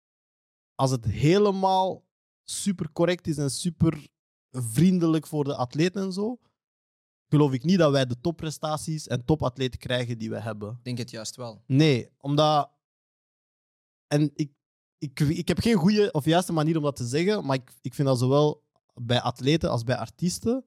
als het helemaal super correct is en super vriendelijk voor de atleet en zo, geloof ik niet dat wij de topprestaties en topatleten krijgen die we hebben. Ik denk het juist wel. Nee, omdat... En ik, ik, ik heb geen goede of juiste manier om dat te zeggen, maar ik, ik vind dat zowel bij atleten als bij artiesten.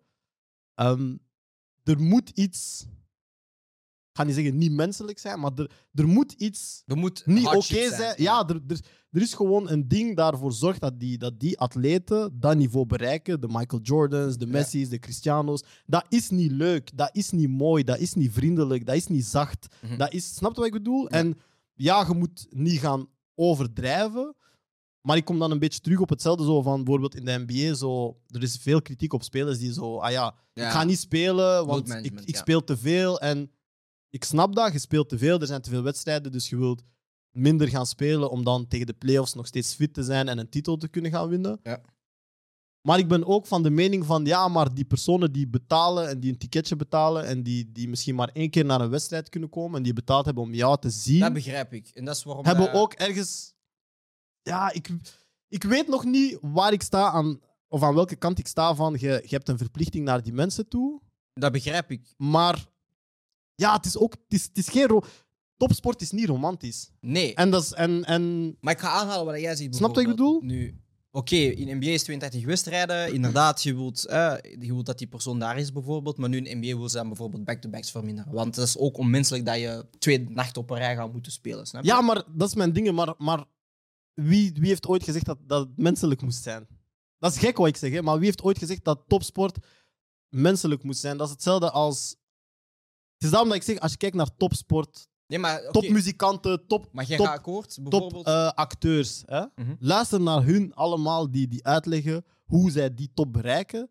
Um, er moet iets... Ik ga niet zeggen niet menselijk zijn, maar er, er moet iets Er moet niet oké hardship zijn. zijn. Ja, er, er, er is gewoon een ding daarvoor zorgt dat die, dat die atleten dat niveau bereiken. De Michael Jordans, de Ja. Messi's, de Cristiano's. Dat is niet leuk, dat is niet mooi, dat is niet vriendelijk, dat is niet zacht. Mhm. Dat is, snap je wat ik bedoel? Ja. En ja, je moet niet gaan overdrijven. Maar ik kom dan een beetje terug op hetzelfde. Zo van bijvoorbeeld in de N B A. Zo, er is veel kritiek op spelers die zo. Ah ja, Ja. ik ga niet spelen, want ik, Load-management, ik ja. speel te veel. En ik snap dat, je speelt te veel, er zijn te veel wedstrijden. Dus je wilt minder gaan spelen om dan tegen de playoffs nog steeds fit te zijn en een titel te kunnen gaan winnen. Ja. Maar ik ben ook van de mening van ja, maar die personen die betalen en die een ticketje betalen en die, die misschien maar één keer naar een wedstrijd kunnen komen en die betaald hebben om jou te zien, Dat begrijp ik. En dat is waarom... hebben wij- ook ergens... Ja, ik, ik weet nog niet waar ik sta aan, of aan welke kant ik sta van je, je hebt een verplichting naar die mensen toe, Dat begrijp ik. maar ja, het is ook... Het is, het is geen... ro- Topsport is niet romantisch. Nee. En dat is... En, en, Maar ik ga aanhalen wat jij zegt. Snap je wat ik bijvoorbeeld. bedoel? Nu, oké, in N B A is tweeëndertig wedstrijden. Inderdaad, je wilt, eh, je wilt dat die persoon daar is bijvoorbeeld. Maar nu in N B A wil ze dan bijvoorbeeld back-to-backs verminderen. Want het is ook onmenselijk dat je twee nachten op een rij gaat moeten spelen. Snap je? ja, maar dat is mijn ding. Maar, maar wie, wie heeft ooit gezegd dat, dat het menselijk moest zijn? Dat is gek wat ik zeg, hè? Maar wie heeft ooit gezegd dat topsport menselijk moest zijn? Dat is hetzelfde als... Het is daarom dat ik zeg, als je kijkt naar topsport, Nee, maar, oké, topmuzikanten, top, maar jij top, gaat akkoord, top bijvoorbeeld. eh, acteurs. Hè? Mhm. Luister naar hun allemaal die, die uitleggen hoe zij die top bereiken.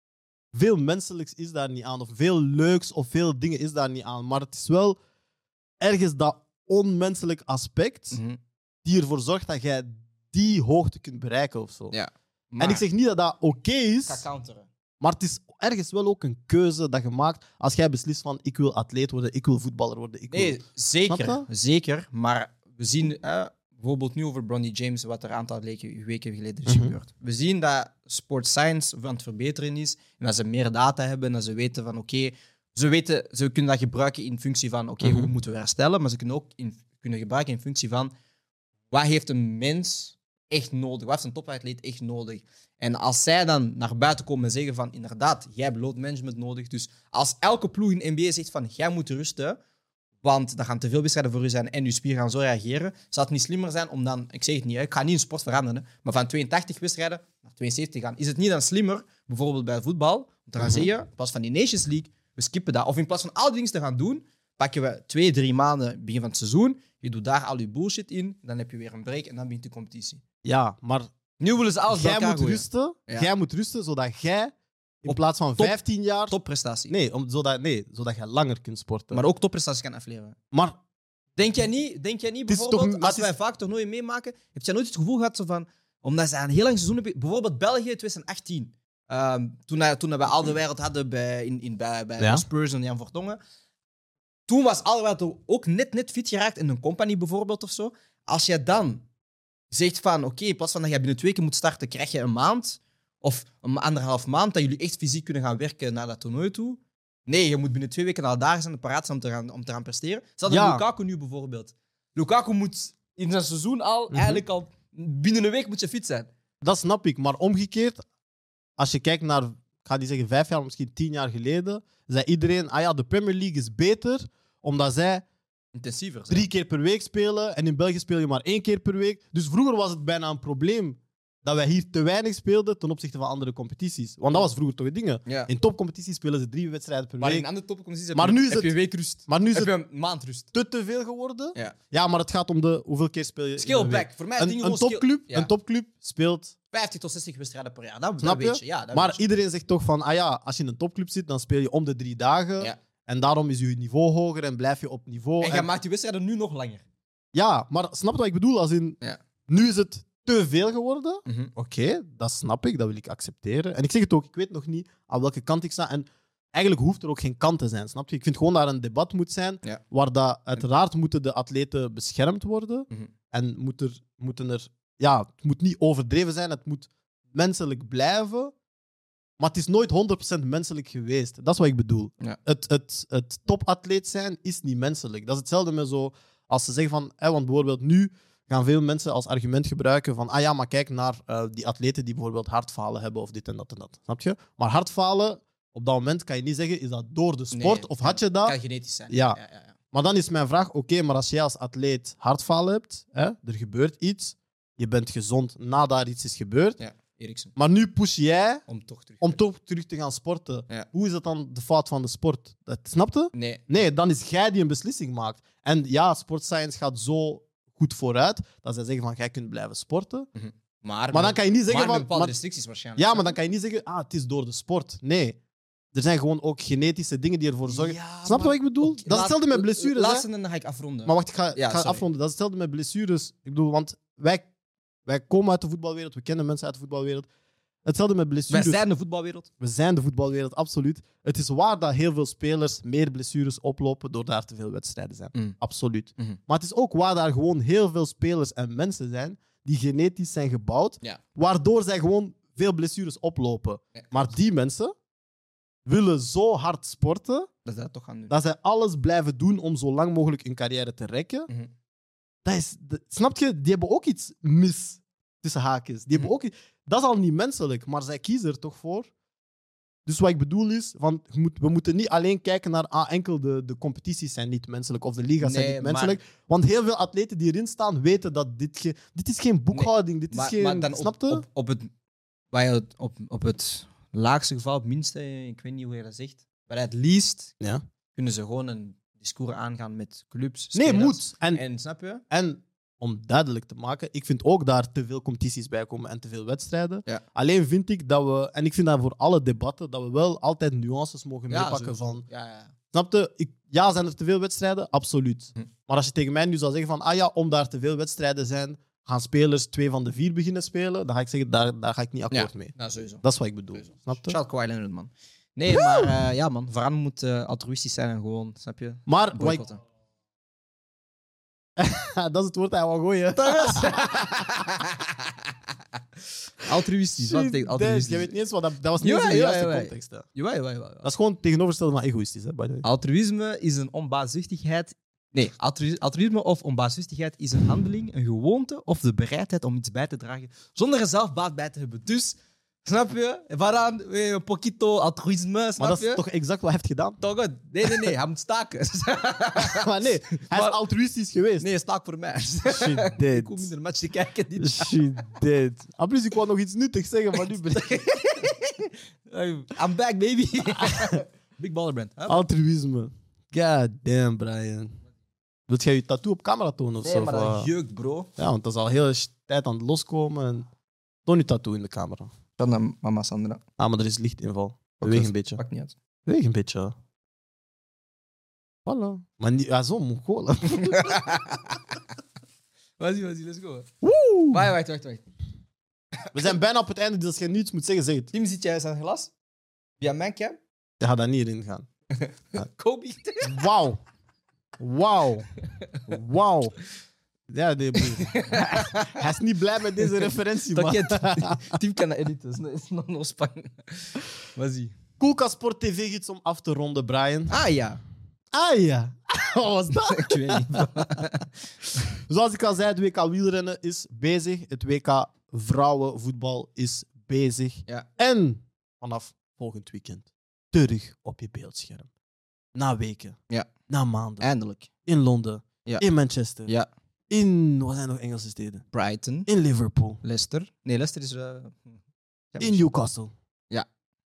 Veel menselijks is daar niet aan, of veel leuks of veel dingen is daar niet aan. Maar het is wel ergens dat onmenselijk aspect Mhm. die ervoor zorgt dat jij die hoogte kunt bereiken of zo. Ja. Maar, En ik zeg niet dat dat oké ik ga is, counteren. maar het is ergens wel ook een keuze dat je maakt als jij beslist van ik wil atleet worden, ik wil voetballer worden. Ik wil... Nee, zeker. Snap Zeker. Maar we zien eh, bijvoorbeeld nu over Bronny James, wat er een aantal weken, weken geleden is Mhm. gebeurd. We zien dat sport science aan het verbeteren is. En dat ze meer data hebben. En dat ze weten van oké, ze weten, ze kunnen dat gebruiken in functie van oké, Mhm. hoe moeten we herstellen? Maar ze kunnen ook in, kunnen gebruiken in functie van wat heeft een mens echt nodig? Wat heeft een topatleet echt nodig? En als zij dan naar buiten komen en zeggen van inderdaad, jij hebt load management nodig. Dus als elke ploeg in N B A zegt van jij moet rusten, want er gaan te veel wedstrijden voor u zijn en je spieren gaan zo reageren, zou het niet slimmer zijn om dan, ik zeg het niet, hè, ik ga niet een sport veranderen, maar van tweeëntachtig wedstrijden naar tweeënzeventig gaan. Is het niet dan slimmer, bijvoorbeeld bij voetbal, om te gaan Mhm. zeggen, in plaats van die Nations League, we skippen dat. Of in plaats van al die dingen te gaan doen, pakken we twee, drie maanden begin van het seizoen, je doet daar al je bullshit in, dan heb je weer een break en dan begint de competitie. Ja, maar Nu willen ze alles bij jij elkaar moet, gooien. rusten, Ja. jij moet rusten zodat jij in Op plaats van top- vijftien jaar... Topprestatie. Nee, om, zodat, nee, zodat jij langer kunt sporten. Maar ook topprestaties kan afleveren. Maar Denk jij niet, denk jij niet is bijvoorbeeld, toch- maar als het is- wij vaak toernooien meemaken, heb jij nooit het gevoel gehad zo van, omdat ze een heel lang seizoen hebben, bijvoorbeeld België twintig achttien, ehm, toen, wij- toen we al de wereld hadden bij, in, in, bij, bij Ja. Spurs en Jan Vertongen, toen was al de wereld ook net, net fit geraakt in een company bijvoorbeeld of zo. Als jij dan zegt van, oké, in plaats van dat jij binnen twee keer moet starten, krijg je een maand of een anderhalf maand dat jullie echt fysiek kunnen gaan werken naar dat toernooi toe. Nee, je moet binnen twee weken al daar zijn en paraat zijn om te gaan, om te gaan presteren. Zelfs Ja. Lukaku nu bijvoorbeeld. Lukaku moet in zijn seizoen al, Mhm. eigenlijk al binnen een week moet je fit zijn. dat snap ik. Maar omgekeerd, als je kijkt naar, ik ga niet zeggen vijf jaar, misschien tien jaar geleden, zei iedereen, ah ja, de Premier League is beter, omdat zij Intensiever. drie keer per week spelen en in België speel je maar één keer per week. Dus vroeger was het bijna een probleem dat wij hier te weinig speelden ten opzichte van andere competities. Want dat was vroeger toch het ding. Ja. In topcompetities spelen ze drie wedstrijden per Maar in week. andere topcompetities heb, Maar je, nu is heb het- je een week rust. Maar nu is Heb het je een maand rust. te te veel geworden. Ja. Ja, maar het gaat om de hoeveel keer speel je in Scale een week. back. Voor mij is het Een, ding een, gewoon topclub, scale- ja. een topclub speelt... vijftig tot zestig wedstrijden per jaar. Dat, Snap dat weet je? je. Ja, dat Maar weet je. iedereen zegt toch van, ah ja, als je in een topclub zit, dan speel je om de drie dagen. Ja. En daarom is je niveau hoger en blijf je op niveau. En jij En- maakt die wedstrijden nu nog langer. Ja, maar snap je wat ik bedoel? Als in, Ja. nu is het te veel geworden. Mhm. Oké, dat snap ik, dat wil ik accepteren. En ik zeg het ook, ik weet nog niet aan welke kant ik sta. En eigenlijk hoeft er ook geen kant te zijn, snap je? Ik vind gewoon dat er een debat moet zijn, Ja. waar dat, uiteraard moeten de atleten beschermd worden. Mhm. En moet er, moeten er... Ja, het moet niet overdreven zijn, het moet menselijk blijven. Maar het is nooit honderd procent menselijk geweest. Dat is wat ik bedoel. Ja. Het, het, het topatleet zijn is niet menselijk. Dat is hetzelfde met zo... Als ze zeggen van... Hè, want bijvoorbeeld nu gaan veel mensen als argument gebruiken van... Ah ja, maar kijk naar uh, die atleten die bijvoorbeeld hartfalen hebben of dit en dat en dat. Snap je? Maar hartfalen, op dat moment kan je niet zeggen... Is dat door de sport Nee, of had je dat? kan genetisch zijn. Ja. Ja, ja, ja. Maar dan is mijn vraag... Oké, okay, maar als jij als atleet hartfalen hebt... Hè, er gebeurt iets... Je bent gezond nadat er iets is gebeurd... Ja. Eriksen. Maar nu push jij Om toch terug, om toch terug te gaan sporten. Ja. Hoe is dat dan de fout van de sport? Dat, snapte? Nee. Nee, dan is jij die een beslissing maakt. En ja, sportscience gaat zo goed vooruit dat zij zeggen van jij kunt blijven sporten. Mm-hmm. Maar, Maar dan kan je niet zeggen maar met van... bepaalde maar- restricties waarschijnlijk. ja, maar dan kan je niet zeggen ah, het is door de sport. Nee. Er zijn gewoon ook genetische dingen die ervoor zorgen. Ja, Snap je wat ik bedoel? Oké, Dat is laat- hetzelfde met blessures. hè? Laatste en dan ga ik afronden. Maar wacht, ik ga, ik Ja, ga sorry. afronden. Dat is hetzelfde met blessures. Ik bedoel, want wij, wij komen uit de voetbalwereld, we kennen mensen uit de voetbalwereld. Hetzelfde met Wij blessures. zijn de voetbalwereld. We zijn de voetbalwereld, absoluut. Het is waar dat heel veel spelers meer blessures oplopen door daar te veel wedstrijden zijn. Mm. Absoluut. Mhm. Maar het is ook waar daar gewoon heel veel spelers en mensen zijn die genetisch zijn gebouwd, Ja. waardoor zij gewoon veel blessures oplopen. Ja. Maar die mensen willen zo hard sporten Dat ze dat toch gaan doen. dat zij alles blijven doen om zo lang mogelijk hun carrière te rekken. Mhm. Dat is, dat- snap je? Die hebben ook iets mis tussen haakjes. Die hebben Mhm. ook, i- dat is al niet menselijk, maar zij kiezen er toch voor. Dus wat ik bedoel is, van, je moet, we moeten niet alleen kijken naar ah, enkel de, de competities zijn niet menselijk of de liga's zijn Nee, niet maar- menselijk. Want heel veel atleten die erin staan weten dat dit, ge, dit is geen boekhouding, dit is Maar, geen... maar dan op, snapte? op, op, het, waar je het- op, op het laagste geval, het minste, ik weet niet hoe je dat zegt, maar het least Ja. kunnen ze gewoon een discours aangaan met clubs. Nee, spelers. moet. En, En snap je? en om duidelijk te maken, ik vind ook daar te veel competities bij komen en te veel wedstrijden. Ja. Alleen vind ik dat we, en ik vind dat voor alle debatten, dat we wel altijd nuances mogen meepakken sowieso. van... Ja, ja. Snapte? Ik, ja, zijn er te veel wedstrijden? Absoluut. Hm. Maar als je tegen mij nu zou zeggen van, ah ja, om daar te veel wedstrijden zijn, gaan spelers twee van de vier beginnen spelen, dan ga ik zeggen, daar, daar ga ik niet akkoord Ja. mee. Nou, sowieso. Dat is wat ik bedoel. Sowieso. Snapte? Shout Kawhi Leonard, man. Nee, maar eh, ja, man. Varane moet eh, altruïstisch zijn en gewoon, snap je? Maar wat ik, Boycotten. dat is het woord dat hij wil gooien. Altruïstisch, wat betekent Shit, altruïstisch? Je weet niet eens wat dat... Dat was niet Ja, eens in de ja, juiste ja, ja. context. Hè. Jawel, jawel, jawel. Dat is gewoon tegenovergestelde van egoïstisch. Hè, by the way. Altruïsme is een onbaatzuchtigheid. Nee, altru- altruïsme of onbaatzuchtigheid is een handeling, een gewoonte of de bereidheid om iets bij te dragen zonder er zelf baat bij te hebben. Dus, snap je? Waaraan, eh, een poquito altruïsme, snap Maar dat je? is toch exact wat hij heeft gedaan? Toch goed. Nee, nee, nee, hij moet staken. Maar nee, hij Maar- is altruïstisch geweest. Nee, staak voor mij. Shit, Ik dead. kom in de match te kijken. Dit. Shit, dead. En plus, ik wou nog iets nuttigs zeggen, maar nu ben ik... I'm back, baby. Big baller brand. Huh? Altruïsme. God damn, Brian. Wilt jij je tattoo op camera tonen of Nee, zo? maar Of, dat uh, jeukt, bro. Ja, want dat is al heel sh- tijd aan het loskomen. En... Toon je tattoo in de camera. Dan naar mama Sandra. Ah, maar er is lichtinval. Beweeg een beetje. Pak niet uit. Beweeg een beetje. Voilà. Maar niet... Ja, zo mongolen. Wacht, wacht, let's go. Woe! Wacht, wacht, wacht, wacht. We zijn bijna op het einde, dus als je nu iets moet zeggen, zeg het. Tim, zit jij eens aan het glas? Via mijn cam? Je gaat daar niet in gaan. Kobe. Wauw. Wauw. Wauw. Ja, nee, broer. Hij is niet blij met deze referentie, Toch, man. je- Tim kan dat editen. Dat is nog no span. Wat zie Koelka Sport T V-gids om af te ronden, Brian. Ah ja. Ah ja. Wat was dat? Ik weet niet. Zoals ik al zei, het W K wielrennen is bezig. Het W K vrouwenvoetbal is bezig. Ja. En vanaf volgend weekend terug op je beeldscherm. Na weken. Ja. Na maanden. Eindelijk. In Londen. Ja. In Manchester. Ja. In, wat zijn nog Engelse steden? Brighton. In Liverpool. Leicester. Nee, Leicester is... uh, In Newcastle. Ja.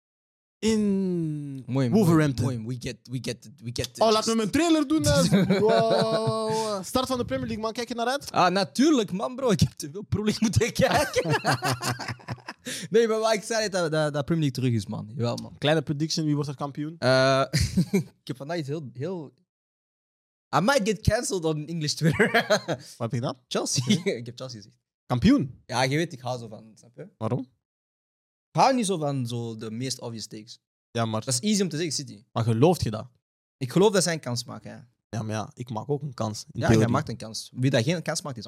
In Mooi, Wolverhampton. Mooi, mooi. We get, we get, we get. Oh, laten we een trailer doen. hè. Wow, wow, wow. Start van de Premier League, man. Kijk je naar uit? Ah, natuurlijk, man, bro. Ik heb te veel Pro League moeten kijken. Nee, maar wat ik zei dat, dat, dat Premier League terug is, man. Jawel, man. Kleine prediction, wie wordt er kampioen? Uh, ik heb vandaag iets heel, heel... I might get cancelled on English Twitter. Wat heb je gedaan? Chelsea. ik heb Chelsea gezegd. Kampioen? Ja, je weet, ik hou zo van, snap je? Waarom? Ik hou niet zo van zo de meest obvious takes. Ja, maar, Dat is easy om te zeggen, City. maar gelooft je dat? Ik geloof dat zij een kans maken, ja. Ja, maar ja, ik maak ook een kans. In Ja, theorie. jij maakt een kans. Wie dat geen kans maakt, is Arsenal.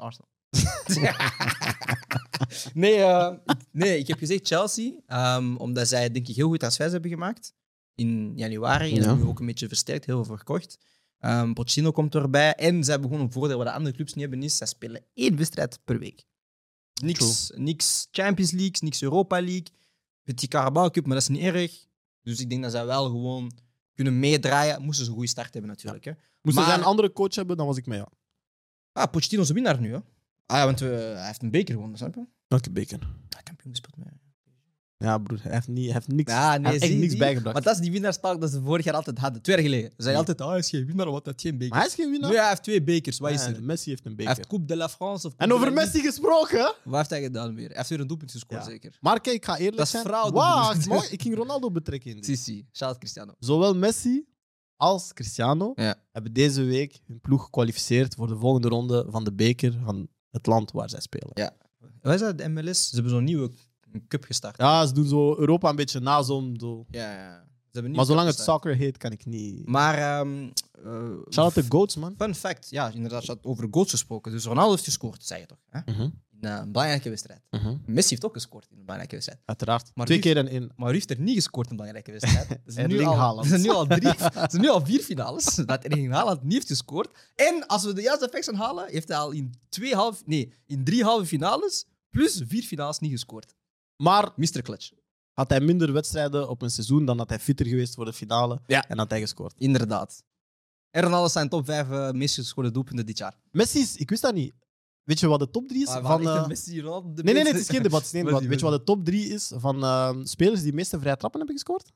nee, uh, nee, ik heb gezegd Chelsea, um, omdat zij denk ik heel goed transfers hebben gemaakt in januari. En Ja. nu ook een beetje versterkt, heel veel verkocht. Um, Pochettino komt erbij en ze hebben gewoon een voordeel wat de andere clubs niet hebben, is zij spelen één wedstrijd per week. Niks, niks Champions League, niks Europa League. Het die Carabao Cup, maar dat is niet erg. Dus ik denk dat zij wel gewoon kunnen meedraaien. Moesten ze een goede start hebben natuurlijk. Hè. Moesten Maar- zij een andere coach hebben, dan was ik mee, ja. Ah, Pochettino is de winnaar nu, hè? Ah ja, want uh, hij heeft een beker gewonnen, snap je? Welke beker? Ah, kampioen gespeeld met. Ja, broer, hij heeft, niet, hij heeft niks, Ja, hij nee, heeft echt zie- niks zie. bijgebracht. Maar dat is die winnaarstalk dat ze vorig jaar altijd hadden. Twee jaar geleden. Ze zeiden altijd, ah, hij is geen winnaar, want hij heeft geen beker. Maar hij is geen winnaar. Nee, hij heeft twee bekers. Wat is Ja, er? Messi heeft een Hij beker. heeft Coupe de la France. Of Coupe En de over la Ligue. Messi gesproken. Wat heeft hij gedaan weer? Hij heeft weer een doelpunt gescoord, Ja. zeker. Maar kijk, ik ga eerlijk Dat is zijn. fraude, Wacht, broer. mooi. Ik ging Ronaldo betrekken in dit. Si, si. Shout Cristiano. Zowel Messi als Cristiano Ja. hebben deze week hun ploeg gekwalificeerd voor de volgende ronde van de beker van het land waar zij spelen. Ja. Wat is dat, de M L S? Ze hebben zo'n nieuwe cup gestart. Ja, ze doen zo Europa een beetje na zo'n. Zo. Ja, ja. Ze hebben een Maar nieuwe zolang cup het gestart. soccer heet, kan ik niet. Maar, um, uh, Shout out to Goats, man. fun fact. Ja, inderdaad, je had over goals gesproken. Dus Ronaldo heeft gescoord, zei je toch? Hè? Mhm, In uh, een belangrijke wedstrijd. mhm. Messi heeft ook gescoord in een belangrijke wedstrijd. Uiteraard. Maar Twee wie- keer en één. Maar hij heeft er niet gescoord in een belangrijke wedstrijd. Er zijn, nu Erling al, Haaland. er zijn nu al drie, er zijn nu al vier finales dat Erling Haaland niet heeft gescoord. En als we de juiste effects gaan halen, heeft hij al in, twee half, nee, in drie halve finales plus vier finales niet gescoord. Maar mister Clutch. had hij minder wedstrijden op een seizoen, dan had hij fitter geweest voor de finale. Ja. En had hij gescoord. Inderdaad. En Ronaldo zijn top vijf uh, meest gescoorde doelpunten dit jaar. Messi is, ik wist dat niet. Weet je wat de top drie is? Ah, van, echt een eh, Messi, Ronaldo, de Nee, nee, nee, meeste- het is geen debat. Het is geen Wat debat. is Weet die, je wat de top drie is van eh, spelers die de meeste vrije trappen hebben gescoord?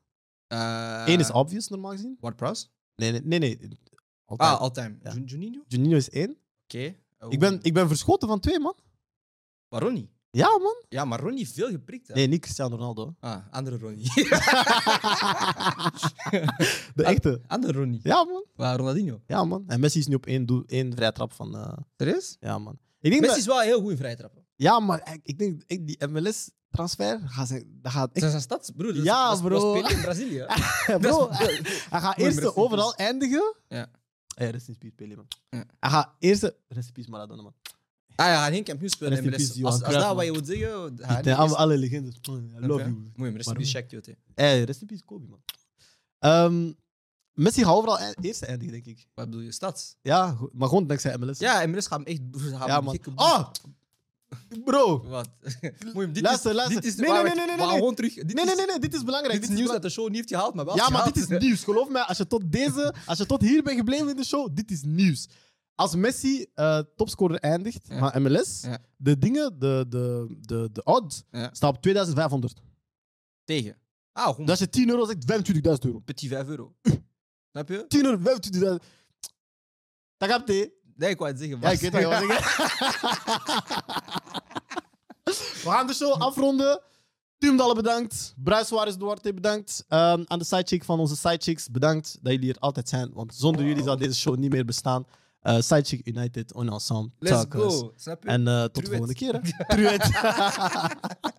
Uh, Eén is obvious, normaal gezien. Ward Prowse? Nee, nee, nee. nee. Altijd. Ah, all-time. Ja. Jun- Juninho? Juninho is één. Oké. Ik ben, ik ben verschoten van twee, man. Maar Ronnie? Ja, man. Ja, maar Ronnie heeft veel geprikt. Hè? Nee, niet Cristiano Ronaldo. Ah, andere Ronnie. De echte. Andere Ronnie. Ja, man. Waar Ronaldinho? Ja, man. En Messi is nu op één, doel, één vrije trap van... eh, Serieus? ja, man. Ik denk Messi dat, is wel heel goed in vrije trappen. ja, maar ik, ik denk ik, die M L S-transfer gaat zijn- dat gaat Dat echt... is een stads, broer. Dat is- Ja, dat is- bro. Dat spelen in Brazilië. Bro, Dat is- hij, hij gaat Mooi, eerst rest in overal peace. eindigen. Ja. Hey, rest in peace, Pelé, man. Ja. Hij gaat eerst... Rest in peace, Maradona, man. Ah ja, hij gaat geen kampioen spelen Rest in in M L S. peace, Als, Johan als dat Cruijff, wat je man. moet zeggen... hij gaat Die niet alle, eerst- alle legendes. I love you. Mooi, rest in peace, Shaq, joh. Hey, rest in peace, Kobe, man. Ehm, Messi gaat overal ein- eerst eindigen, denk ik. Wat bedoel je, stads? Ja, go- maar gewoon dankzij M L S. Ja, M L S gaat hem echt... ze gaan Ja, hem man. gekke- Ah! Bro! Wat? Moet dit Luister, is, luister. Dit is, Nee, wacht, nee, nee, we nee, gaan nee. gewoon terug. Dit Nee, nee, is, nee, nee, dit is belangrijk. Dit is Dit is nieuws dat bela- de show niet heeft gehaald, maar wel Ja, maar gehaald. dit is nieuws. Geloof mij, als je tot deze, als je tot hier bent gebleven in de show, dit is nieuws. Als Messi eh, topscorer eindigt Ja. van M L S, Ja. de dingen, de, de, de, de odds, Ja. staan op tweeduizend vijfhonderd. Tegen. Ah, gewoon Dus als je tien euro zegt, vijfentwintigduizend euro. petit vijf euro. Snap je? tien euro, vijfentwintigduizend. Dat gaat het. Nee, ik wou het zeggen. Ja, ik weet wat je wil zeggen. We gaan de show afronden. Tumdallen bedankt. Bruis Suarez Duarte bedankt. Um, aan de sidechick van onze sidechicks bedankt dat jullie er altijd zijn. Want zonder jullie zou deze show niet meer bestaan. Uh, sidechick United, on ensemble. Let's Talkers. go. Snap je? En uh, tot de Truet. volgende keer. Hè. Truet.